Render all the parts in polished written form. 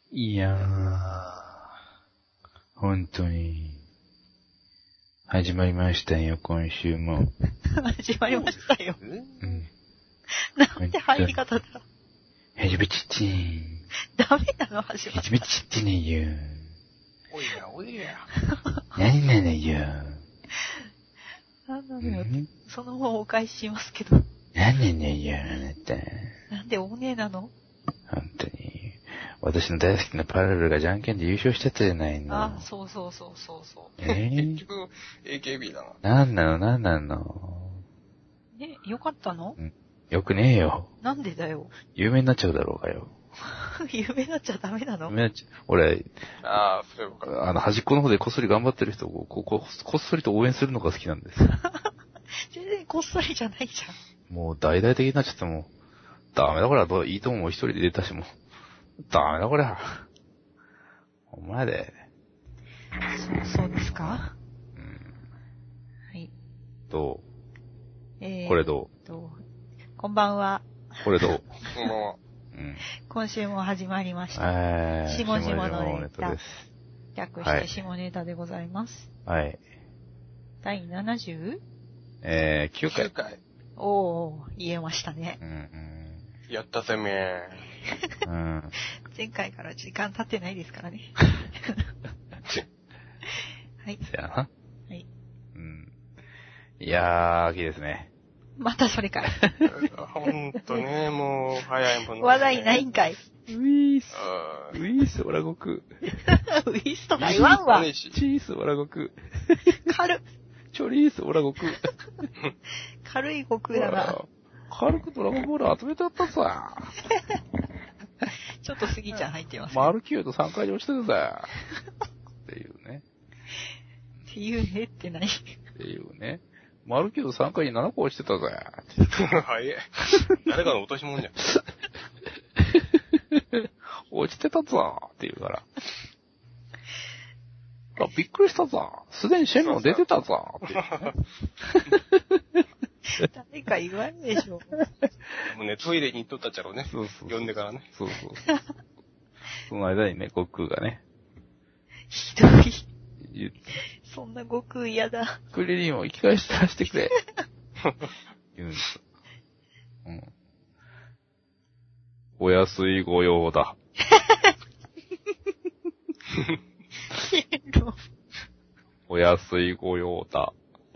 いや本当に。始まりましたよ、今週も。 始まりましたよ。 うん。 なんて入り方だ。 始めちってー。 ダメなの始まった。 始めちってねよ。 おいやおいや。 何なのよ。 なんなのよ。そのままお返ししますけど。 何なのよ、あなた。 なんでおねえなの？ 本当に。私の大好きなパラレルがじゃんけんで優勝しちゃったじゃないの。 あ、そうそう。 結局、AKB だな。 なんなの。 ね、よかったの？ よくねえよ。 なんでだよ。 有名になっちゃうだろうがよ。 有名になっちゃダメなの？ 有名になっちゃう。俺、 ああ、それわかる。 端っこの方でこっそり頑張ってる人をこっそりと応援するのが好きなんです。 全然こっそりじゃないじゃん。もう大々的になっちゃっても、ダメだこれは、いいとも一人で出たしも、ダメだこれは。お前で。 そうですか？ うん。 はい。 どう？これどう？ こんばんは。 これどう？ こんばんは。 うん。 今週も始まりました。下々のネタです。略して下ネタでございます。 はい。 第 70？ 9回。 おー、言えましたね。 やったぜめー。うん。 前回から時間経ってないですからね。はい。 せやな。 はい。 うん。いやー、秋ですね。 またそれかい。 ほんとね、もう、早いもんね。 話題ないんかい。 ウィース、オラゴク。 ウィースとか言わんわ。 チース、オラゴク。 軽。 チョリース、オラゴク。 軽い悟空だな。 軽くドラゴンボール集めてやったさ。 ちょっとスギちゃん入ってます、 ね。マルキューと3回で落ちてるぜ。っていうね。 っていうねって何？ っていうね。マルキューと3回に7個落ちてたぜ。 はい。誰かの落とし物じゃん。 落ちてたぞって言うから。あ、びっくりしたぞ。すでにシェンロン出てたぞっていうね。 誰か言わんでしょ。 もうね、トイレに行っとったっちゃろうね。 そう。 呼んでからね。 そう。その間にね、悟空がね。 ひどい。そんな悟空嫌だ。 クリリンを生き返して出してくれ。言うんですよ。うん。お安いご用だ。お安いご用だ。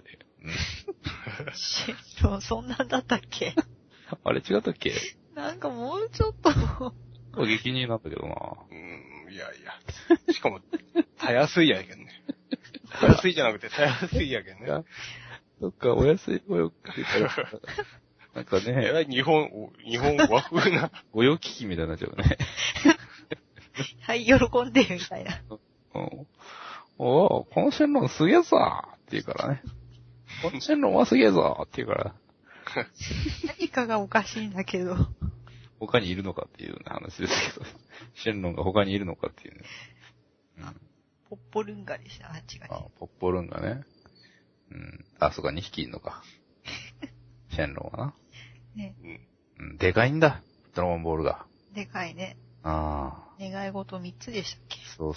シェンロン、そんなんだったっけ？ あれ違ったっけ？ なんかもうちょっと。 激似なんだけどな。 いや。しかも、たやすいやけんね。たやすいじゃなくて、たやすいやけんね。 そっか、お安いご用って言ったら、なんかね。 日本和風な。 ご用聞きみたいになっちゃうね。 はい、喜んで、みたいな。 このシェンロンすげえぞって言うからね。このシェンロンはすげえぞって言うから。 何かがおかしいんだけど。 他にいるのかっていう話ですけど。シェンロンが他にいるのかっていうね。 ポッポルンガでした。違う。 ポッポルンガね。そうか、2匹いるのか。シェンロンはな。 ね。 でかいんだ。ドラゴンボールが。 でかいね。願い事3つでしたっけ？ そう。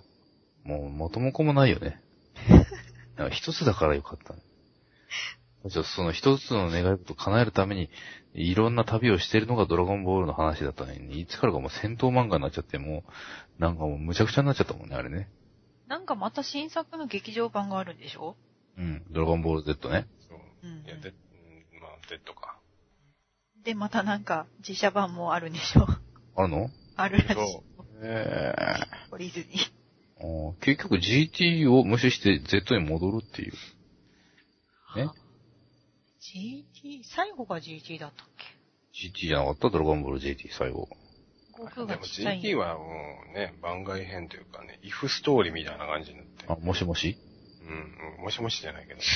もう元も子もないよね。一つだからよかった。その一つの願い事を叶えるために、いろんな旅をしてるのがドラゴンボールの話だったのに、いつからかもう戦闘漫画になっちゃって、もう、なんかもうむちゃくちゃになっちゃったもんね、あれね。 なんかまた新作の劇場版があるんでしょ？ ドラゴンボール Z ね。 そう。いや、まあ、Z か。 で、またなんか、自社版もあるんでしょ？ あるの？ あるらしい。 そう懲りずに。 結局 GT を無視して Z に戻るっていう。ね。 GT？ 最後が GT だったっけ？ GT じゃなかった？ドラゴンボール GT 最後。 僕がちっちゃい。 でも GT はもうね、番外編というかね、イフストーリーみたいな感じになって。 もしもし？ もしもしじゃないけど。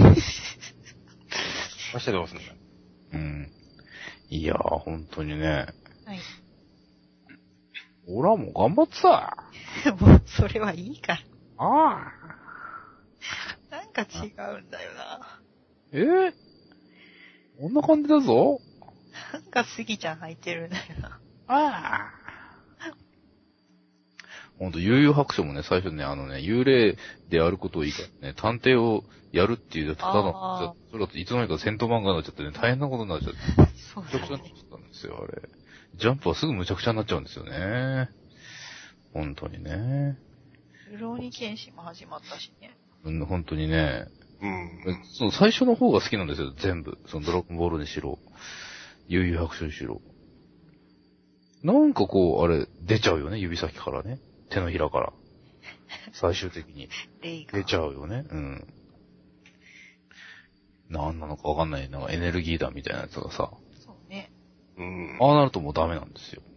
ましてどうすんだよ。 いやー、ほんとにね。 はい。 俺はもう頑張ってた。 もう、それはいいから。 ああ。 なんか違うんだよな。 こんな感じだぞ。 なんかスギちゃん入ってるんだよな。 ああ。 ほんと、悠々白書もね、最初ね、幽霊であることをいいからね、探偵をやるっていう、ただの、それだといつの間にか戦闘漫画になっちゃってね、大変なことになっちゃって。 そうむちゃくちゃになっちゃったんですよ、あれ。ジャンプはすぐむちゃくちゃになっちゃうんですよね。本当にね。 ルローニケンシンも始まったしね。 本当にね。 うん。 その最初の方が好きなんですよ、全部。そのドラゴンボールにしろ、悠々白書にしろ。なんかこう、あれ、出ちゃうよね、指先からね。手のひらから。最終的に。出ちゃうよね。うん。なんなのかわかんない。なんかエネルギーだみたいなやつがさ。 そうね。 うん。 ああなるともうダメなんですよ。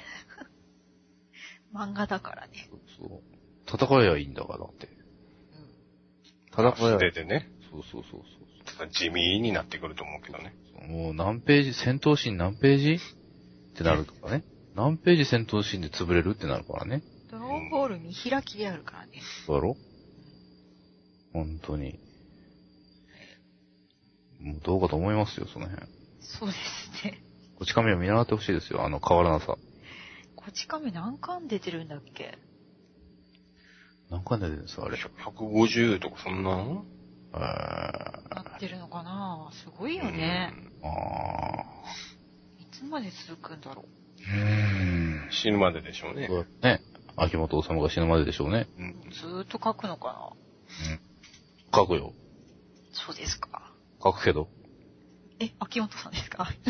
漫画だからね。 そう。戦えばいいんだから、だって。 うん。戦えば。素手でね。 そう。 ただ地味になってくると思うけどね。 もう何ページ、戦闘シーン何ページってなるとかね。何ページ戦闘シーンで潰れるってなるからね。 ドラゴンボール見開きであるからね。 そうだろ？本当に。もうどうかと思いますよ、その辺。 そうですね。 こち亀を見習ってほしいですよ、変わらなさ。 こち亀何巻出てるんだっけ？ 何巻出てるんですか、あれ。 150とかそんなの？ なってるのかな？すごいよね。いつまで続くんだろう。 死ぬまででしょうね。 ね。秋元治が死ぬまででしょうね。 うん。ずーっと書くのかな。書くよ。 そうですか。 書くけど。 秋元さんですか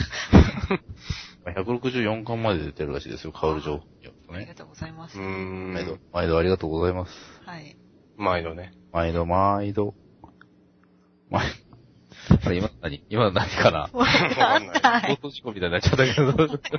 ？164巻まで出てるらしいですよ、カウル情報によってね。 ありがとうございます。 毎度ありがとうございます。 はい。 毎度ね。 毎度。あれ、今何かな？ わかんない。 放送事故みたいになっちゃったけど。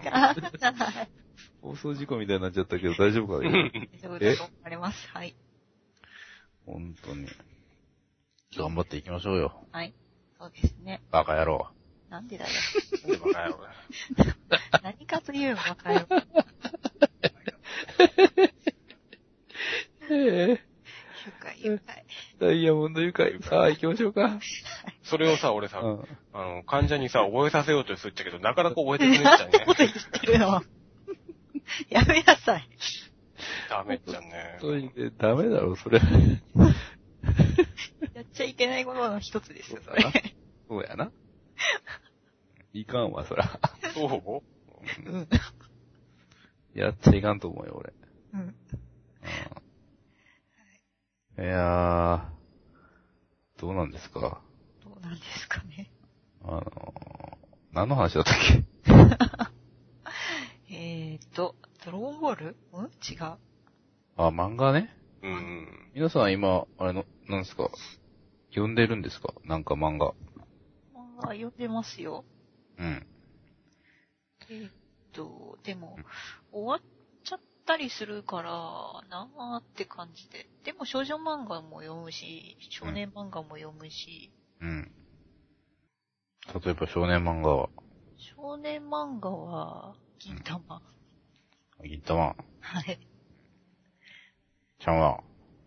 放送事故みたいになっちゃったけど、大丈夫かな？ 大丈夫だと思われます。はい。 本当に。頑張っていきましょうよ。 はい。そうですね。 バカ野郎。 なんでだよ。 なんでバカ野郎だよ。 何かというのバカ野郎。愉快。 ダイヤモンド愉快。さあ、行きましょうか。 それをさ、俺さ、患者にさ、覚えさせようとするっちゃけど、なかなか覚えてくれんじゃんね。 こと言ってるの。やめなさい。 ダメじゃんね。 ダメだろ、それ。 やっちゃいけないことの一つですよ、それ。 そうやな。いかんわ、そら。 そううん。 やっちゃいかんと思うよ、俺。 うん。 いやー、どうなんですか？ どうなんですかね。 何の話だったっけ？ ドラゴンボール？違う。 漫画ね。皆さん今、なんですか？読んでるんですか？なんか漫画。 読んでますよ。 うん。 でも、終わっちゃったりするからなーって感じで。でも少女漫画も読むし、少年漫画も読むし。 うん。例えば少年漫画は？ 少年漫画は、銀玉。 銀玉。 はい。 ちゃんは？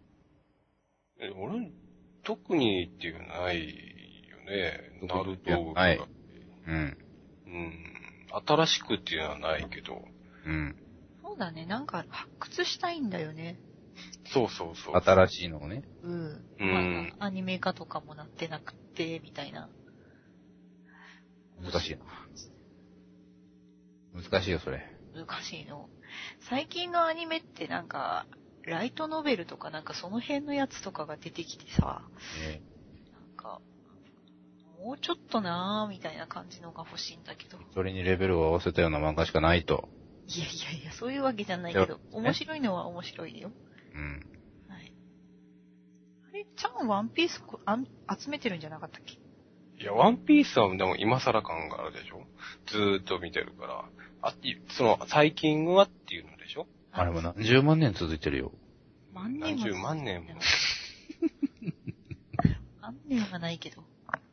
俺、特にっていうのないよね。ナルト。 はい。うん。 新しくっていうのはないけど。 うん。そうだね。なんか発掘したいんだよね。 そう。 新しいのをね。 アニメ化とかもなってなくて、みたいな。 難しいな。難しいよ、それ。 難しいの。最近のアニメってなんか、ライトノベルとかなんかその辺のやつとかが出てきてさ、なんか、もうちょっとなーみたいな感じのが欲しいんだけど。 それにレベルを合わせたような漫画しかないと。 いや、そういうわけじゃないけど、面白いのは面白いよ。 うん。 はい。あれ、ちゃんワンピース集めてるんじゃなかったっけ？ いや、ワンピースはでも今更感があるでしょ？ずーっと見てるから。最近はっていうのでしょ？ あれも何十万年続いてるよ。 何十万年も。 万年はないけど。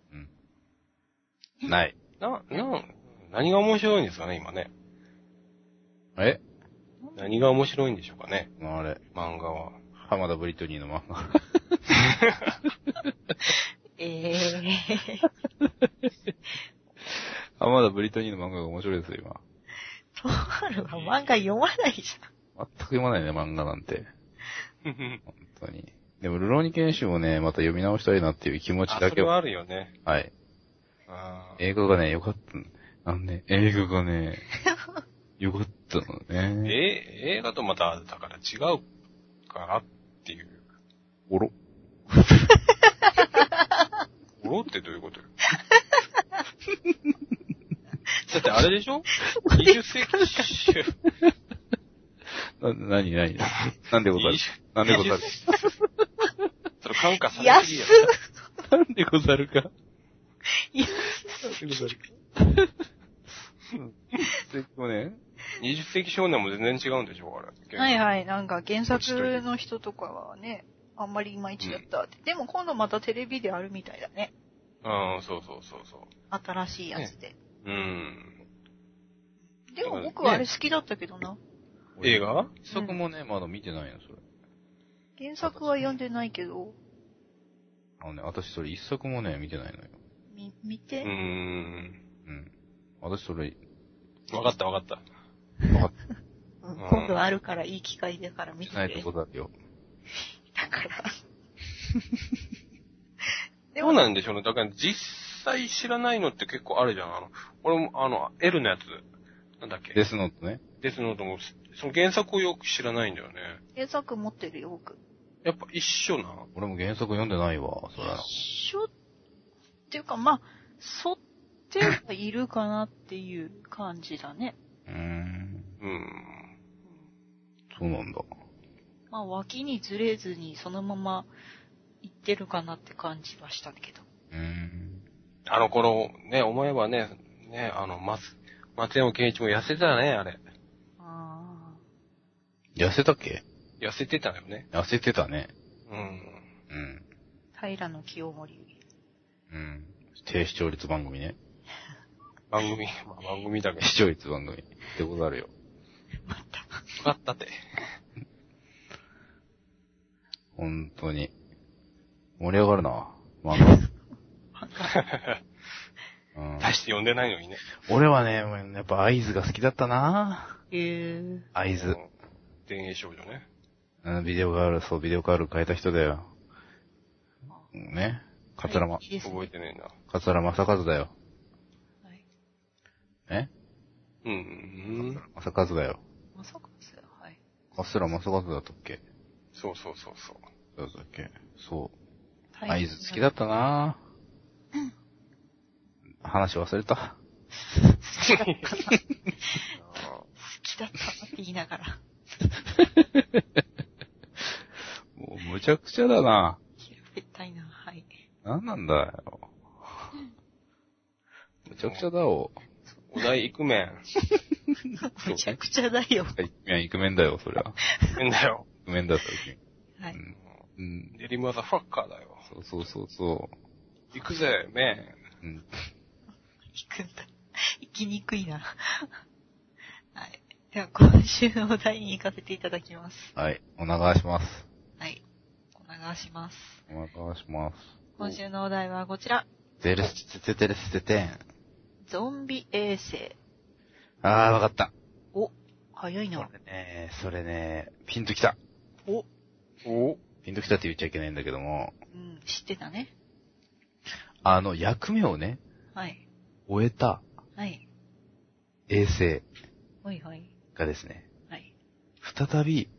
うん。ない。 何が面白いんですかね、今ね。何が面白いんでしょうかね。 あれ。 漫画は。 浜田ブリトニーの漫画。浜田ブリトニーの漫画が面白いですよ、今。 とあるは漫画読まないじ全く読まないね、漫画なんて。本当に。でも、ルローニケンシンをね、また読み直したいなっていう気持ちだけそれはあるよね。 はい。 あ映画がね、よかった。映画がね、よかったのね。 映画とまた、だから違うからっていう。 おろ。 おろってどういうことよ。だってあれでしょ ?20 世紀集。 なんでござるなんでござるそれ感化されすぎや。 なんでござるかなんでござるか 20世紀少年も全然違うんでしょあれ。 はいはい。なんか原作の人とかはね、あんまりいまいちだったって。でも今度またテレビであるみたいだね。 そうそう。 新しいやつで。でも僕はあれ好きだったけどな。 映画一作もね、まだ見てないの、それ。 原作は読んでないけど。 私それ一作もね、見てないのよ。 見て。 私それ。 わかった。 今度あるからいい機会だから見て。 ないとこだよ。 だから。 どうなんでしょうね。だから実際知らないのって結構あるじゃん。俺もL のやつ。なんだっけ？ デスノートね。 デスノートも、その原作をよく知らないんだよね。 原作持ってるよ、僕。 やっぱ一緒な。 俺も原作読んでないわ、それ。 一緒っていうか、まあ、沿ってはいるかなっていう感じだね。 そうなんだ。 まあ、脇にずれずにそのまま行ってるかなって感じはしたけど。 あの頃、ね、思えばね、松山健一も痩せてたね、あれ。 痩せたっけ？ 痩せてたよね。 痩せてたね。 平野清盛。 低視聴率番組ね。 番組だけど。 視聴率番組ってことあるよ。 また。 わかったって。 本当に。盛り上がるな、漫画。 大して読んでないのにね。 俺はね、やっぱ合図が好きだったな合図。 田園少女ね。 ビデオカール変えた人だよ。ね。桂覚えてねえな。 桂正和だよ。 はい。 正和だよ。 正和はい。 桂正和だったっけ？ そう。 そうだっけ？そう。合図好きだったな話忘れた。 好きだったなって言いながら。 もうむちゃくちゃだな。 平べったいな、はい。 なんなんだよ。むちゃくちゃだよ。 お題イクメン。 むちゃくちゃだよ。 イクメンだよ、そりゃ。 イクメンだよ。 イクメンだった時。 はい。 デリマザファッカーだよ。 そう。 行くぜ、メン。 行くんだ。行きにくいな。はい。では、今週のお題に行かせていただきます。 はい。お願いします。 はい。お願いします。 お願いします。 今週のお題はこちら。 ゼルステテレステテン。 ゾンビ衛星。 わかった。 お、早いな。 それね、ピンときた。 おピンときたって言っちゃいけないんだけども。 知ってたね。 役目をね。 はい。 終えた。 はい。 衛星。 はい。 がですね。 はい。 再び、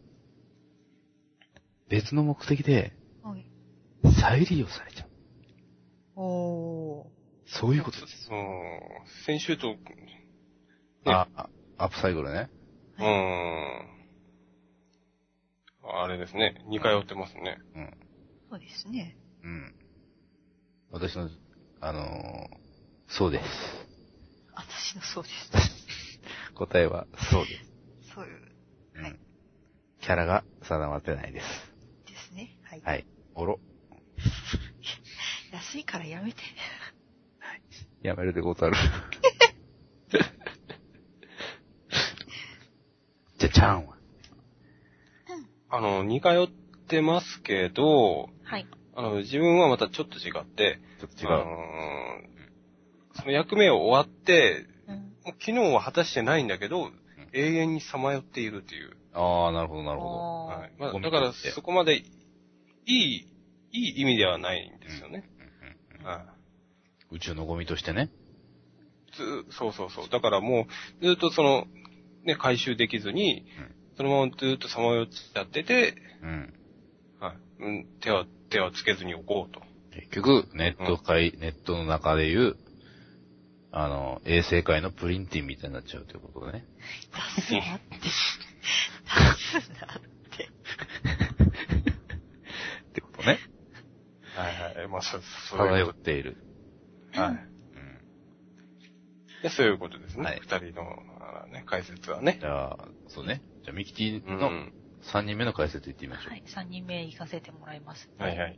別の目的で、 はい。 再利用されちゃう。そういうことです。 先週と、 アップサイクルね。 あれですね。似通ってますね。 そうですね。 私の、そうです。 私のそうです。 答えは、そうです。 そういう。はい。 キャラが定まってないです。 ですね。はい。 はい。おろ。 安いからやめて。 やめるでござる。じゃ、ちゃんは。 似通ってますけど、 はい。 自分はまたちょっと違って、 ちょっと違う。 その役目を終わって、もう昨日は果たしてないんだけど、 永遠にさまよっているという。 ああ、なるほど、なるほはい。まあ、 ゴミだからってそこまでいい意味ではないんですよね。 ど。 は宇宙のゴミとしてね。 い。そうそうそう。だからもう、ずっとね、回収できずに、そのままずっとさまよっちゃってて、 うん。 はい。手はつけずにおこうと。 結局、ネットの中でいう、衛星界のプリンティンみたいになっちゃうということだね。 出すなって。出すなって。 ってことね。 はいはい。まあ、そう漂いうこっている。 と。はい。 うん。 で、そういうことですね。 はい二人の、ね、解説はね。 じゃあ、そうね。じゃあ、ミキティのうん。 3人目の解説いってみましょう。 はい、3人目行かせてもらいます。 はいはい。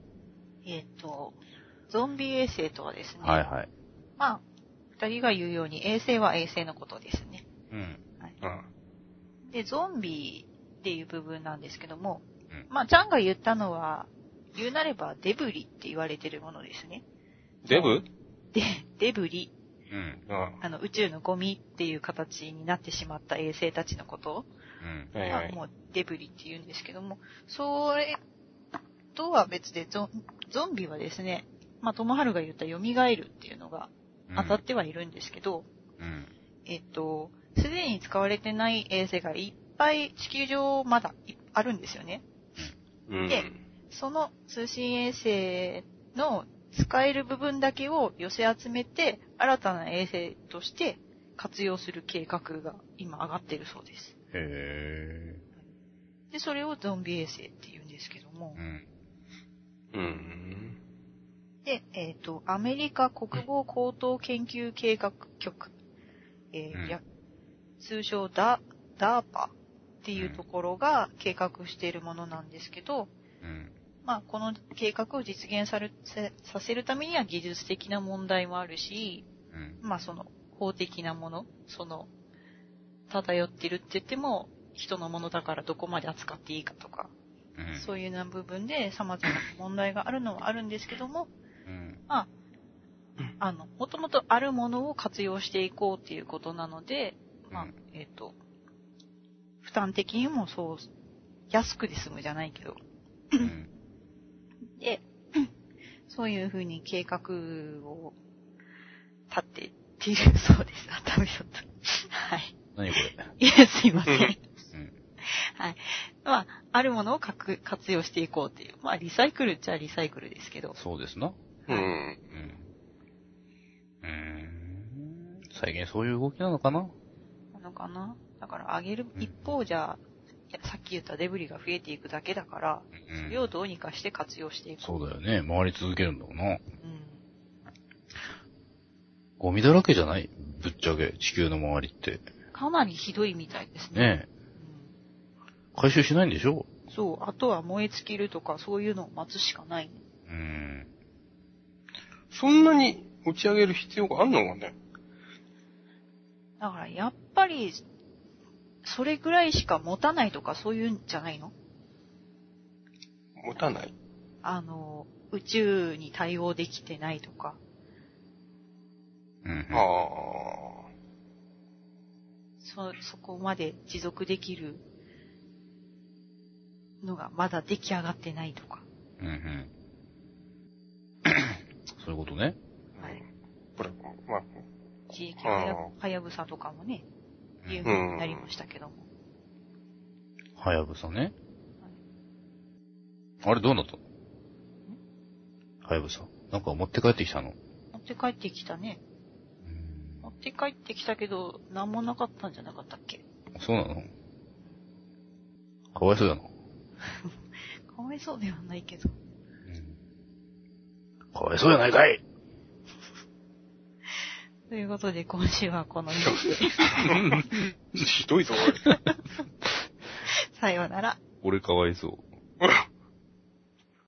ゾンビ衛星とはですね、 はいはい。 まあ、2人が言うように衛星は衛星のことですね。 うん。 うん。 で、ゾンビっていう部分なんですけども、 うんまあ、ちゃんが言ったのは、言うなればデブリって言われてるものですね。 デブ？ デブリ、 うん。 宇宙のゴミっていう形になってしまった衛星たちのことうん。 はいはい。 はもうデブリって言うんですけども、それとは別でゾンビはですね、まあ、ともはるが言った蘇るっていうのが当たってはいるんですけど、 うん。 すでに使われてない衛星がいっぱい地球上まだあるんですよね。 うん。 でその通信衛星の使える部分だけを寄せ集めて、新たな衛星として活用する計画が今上がっているそうです。 へで、それをゾンビ衛星って言うんですけどもー。う、ん。 うん。 で、アメリカ国防高等研究計画局、通称DARPA っていうところが計画しているものなんですけど、 うん。 まあ、この計画を実現させるためには技術的な問題もあるし、 うん。 まあ、法的なもの、漂ってるって言っても、人のものだからどこまで扱っていいかとか、 うん。 そういうような部分で様々な問題があるのはあるんですけども、 うん。 まあ、もともとあるものを活用していこうっていうことなので、まあ、負担的にもそう、安くで済むじゃないけど、 うん。 で、そういうふうに計画を立ってっているそうです。ダメだった。はい。 何これ。 いや、すいません。 うん。 はい。まあ、あるものを活用していこうっていう。まあ、リサイクルっちゃリサイクルですけど。 そうですな。 うん。 うん。最近そういう動きなのかな？ なのかな？だから、上げる一方じゃ、さっき言ったデブリが増えていくだけだから、それをどうにかして活用していく。 そうだよね。回り続けるんだもんな。 うん。 ゴミだらけじゃない？ぶっちゃけ、地球の周りって。 かなりひどいみたいですね。 ねえ。回収しないんでしょ？ そう。あとは燃え尽きるとか、そういうのを待つしかない。 そんなに打ち上げる必要があるのかね？ だから、やっぱり、それぐらいしか持たないとか、そういうんじゃないの？ 持たない？ 宇宙に対応できてないとか。 うん。 ああ。 そこまで持続できるのがまだ出来上がってないとか。 うんうん。そういうことね。 はい。 これ、まあ、 地域はやぶさとかもね、有名になりましたけども。 はやぶさね。あれどうなったの？はやぶさ。なんか持って帰ってきたの？ 持って帰ってきたね。持って帰ってきたけど、なんもなかったんじゃなかったっけ？ そうなの？かわいそうだな。 かわいそうではないけど。 かわいそうやないかい。 ということで、今週はこの辺で。 ひどいぞ、 さようなら。 俺かわいそう。 俺。